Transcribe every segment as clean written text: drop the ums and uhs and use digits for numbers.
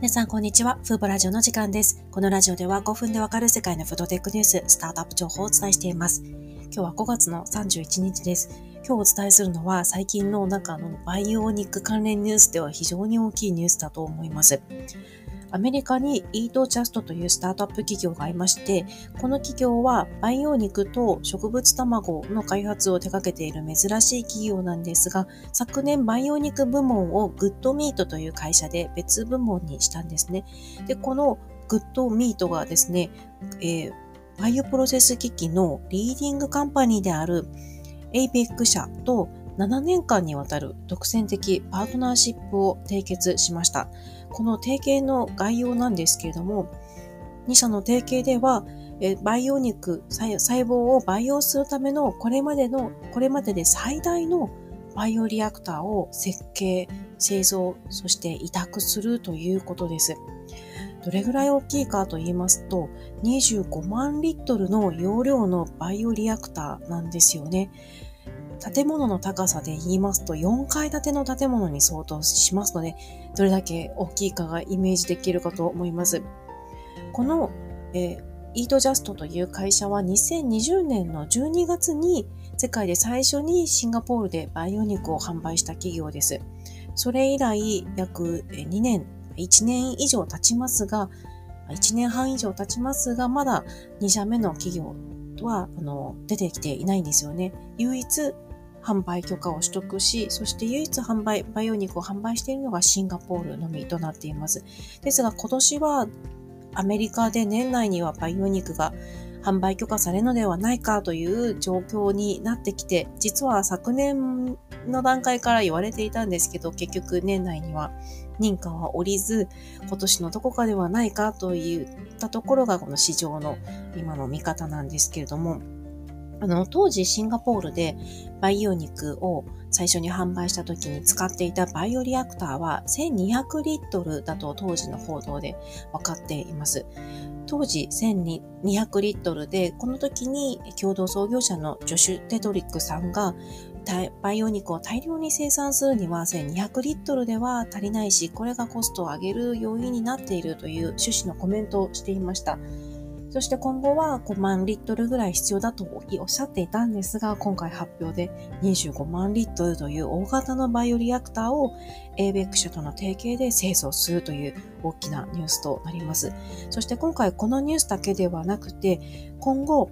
皆さん、こんにちは。フーボラジオの時間です。このラジオでは5分でわかる世界のフードテックニュース、スタートアップ情報をお伝えしています。今日は5月の31日です。今日お伝えするのは最近のバイオニック関連ニュースでは非常に大きいニュースだと思います。アメリカにイートジャストというスタートアップ企業がありまして、この企業は培養肉と植物卵の開発を手掛けている珍しい企業なんですが、昨年培養肉部門をグッドミートという会社で別部門にしたんですね。で、このグッドミートがですね、バイオプロセス機器のリーディングカンパニーであるエイベック社と7年間にわたる独占的パートナーシップを締結しました。この提携の概要なんですけれども、2社の提携では、培養肉、細胞を培養するためのこれまでで最大のバイオリアクターを設計、製造、そして委託するということです。どれぐらい大きいかと言いますと、25万リットルの容量のバイオリアクターなんですよね。建物の高さで言いますと4階建ての建物に相当しますので、どれだけ大きいかがイメージできるかと思います。この、イートジャストという会社は2020年の12月に世界で最初にシンガポールで培養肉を販売した企業です。それ以来約2年、1年以上経ちますが、1年半以上経ちますが、まだ2社目の企業は出てきていないんですよね。唯一販売許可を取得し、そして唯一培養肉を販売しているのがシンガポールのみとなっています。ですが今年はアメリカで年内には培養肉が販売許可されるのではないかという状況になってきて、実は昨年の段階から言われていたんですけど、結局年内には認可は下りず、今年のどこかではないかといったところがこの市場の今の見方なんですけれども、当時シンガポールで培養肉を最初に販売した時に使っていたバイオリアクターは1200リットルだと当時の報道で分かっています。当時1200リットルで、この時に共同創業者のジョシュ・テドリックさんが培養肉を大量に生産するには1200リットルでは足りないし、これがコストを上げる要因になっているという趣旨のコメントをしていました。そして今後は5万リットルぐらい必要だとおっしゃっていたんですが、今回発表で25万リットルという大型のバイオリアクターをエイベック社との提携で製造するという大きなニュースとなります。そして今回このニュースだけではなくて、今後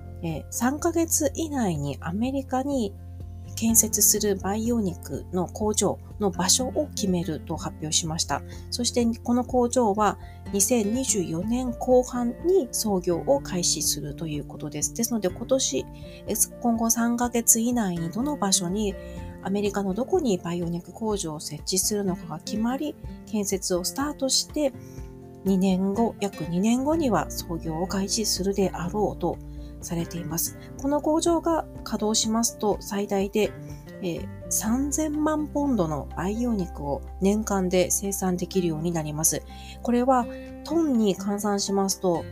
3ヶ月以内にアメリカに建設する培養肉の工場の場所を決めると発表しました。そしてこの工場は2024年後半に操業を開始するということです。ですので今後3ヶ月以内にどの場所にアメリカのどこに培養肉工場を設置するのかが決まり、建設をスタートして約2年後には操業を開始するであろうとされています。この工場が稼働しますと最大で3000万ポンドの培養肉を年間で生産できるようになります。これはトンに換算しますと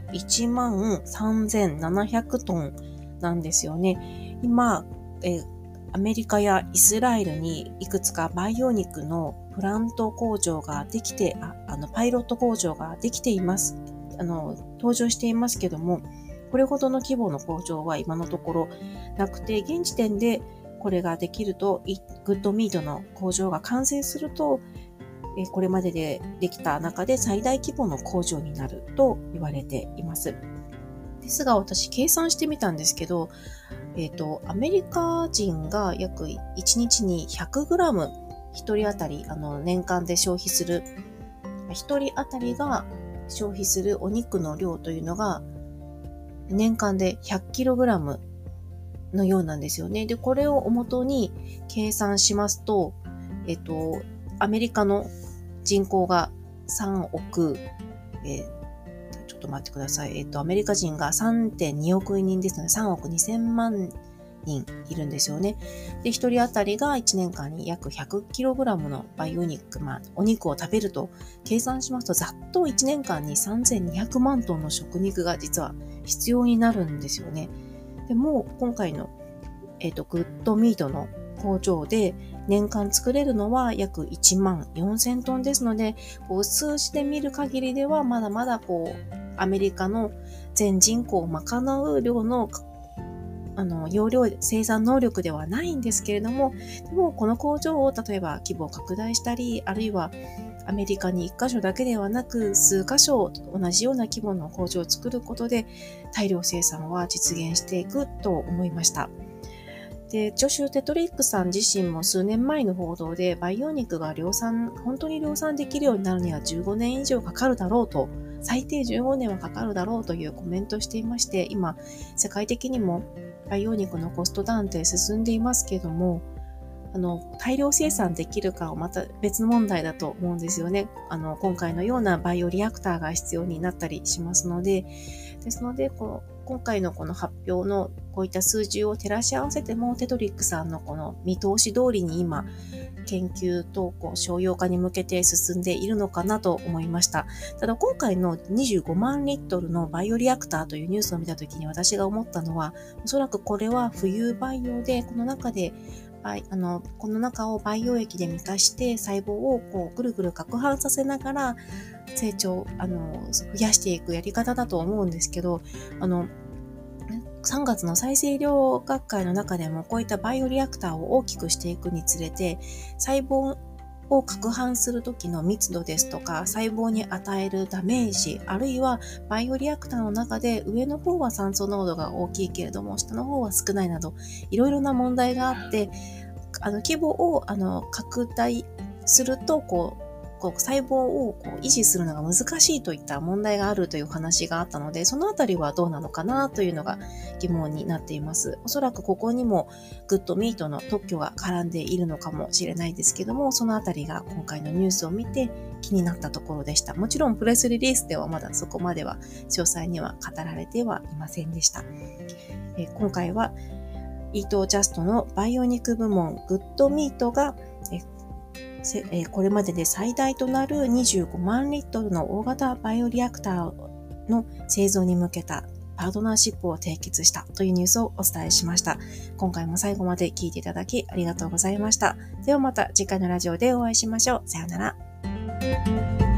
13,700トンなんですよね。今、アメリカやイスラエルにいくつか培養肉のプラント工場ができて、パイロット工場ができています。登場していますけども、これほどの規模の工場は今のところなくて、現時点でこれができると、グッドミートの工場が完成すると、これまででできた中で最大規模の工場になると言われています。ですが私計算してみたんですけど、アメリカ人が約1日に 100g 一人当たり年間で消費する、一人当たりが消費するお肉の量というのが年間で 100kg のようなんですよね。で、これをお元に計算しますと、アメリカの人口が3億、ちょっと待ってください。アメリカ人が 3.2 億人ですので、3億2000万人いるんですよね。で、一人当たりが1年間に約 100kg の培養肉、お肉を食べると計算しますと、ざっと1年間に3200万トンの食肉が実は必要になるんですよね。でも、今回の、グッドミートの工場で、 年間作れるのは約1万4000トンですので、数字で見る限りではまだまだアメリカの全人口を賄う量の容量生産能力ではないんですけれども、でもこの工場を例えば規模を拡大したり、あるいはアメリカに1カ所だけではなく数カ所同じような規模の工場を作ることで大量生産は実現していくと思いました。で、ジョシュ・テトリックさん自身も数年前の報道で培養肉が本当に量産できるようになるには15年以上かかるだろうと、最低15年はかかるだろうというコメントをしていまして、今世界的にも培養肉のコストダウンって進んでいますけれども、大量生産できるかはまた別の問題だと思うんですよね。今回のようなバイオリアクターが必要になったりしますので、ですので、今回のこの発表のこういった数字を照らし合わせても、テトリックさんのこの見通し通りに今、研究と商用化に向けて進んでいるのかなと思いました。ただ今回の25万リットルのバイオリアクターというニュースを見たときに私が思ったのは、おそらくこれは浮遊培養で、この中を培養液で満たして細胞をぐるぐる攪拌させながら成長、増やしていくやり方だと思うんですけど、3月の再生医療学会の中でもこういったバイオリアクターを大きくしていくにつれて、細胞を攪拌する時の密度ですとか、細胞に与えるダメージ、あるいはバイオリアクターの中で上の方は酸素濃度が大きいけれども、下の方は少ないなど、いろいろな問題があって、規模を拡大すると、細胞を維持するのが難しいといった問題があるという話があったので、そのあたりはどうなのかなというのが疑問になっています。おそらくここにもグッドミートの特許が絡んでいるのかもしれないですけども、そのあたりが今回のニュースを見て気になったところでした。もちろんプレスリリースではまだそこまでは詳細には語られてはいませんでした。今回はイートジャストの培養肉部門グッドミートがこれまでで最大となる25万リットルの大型バイオリアクターの製造に向けたパートナーシップを締結したというニュースをお伝えしました。今回も最後まで聞いていただきありがとうございました。ではまた次回のラジオでお会いしましょう。さようなら。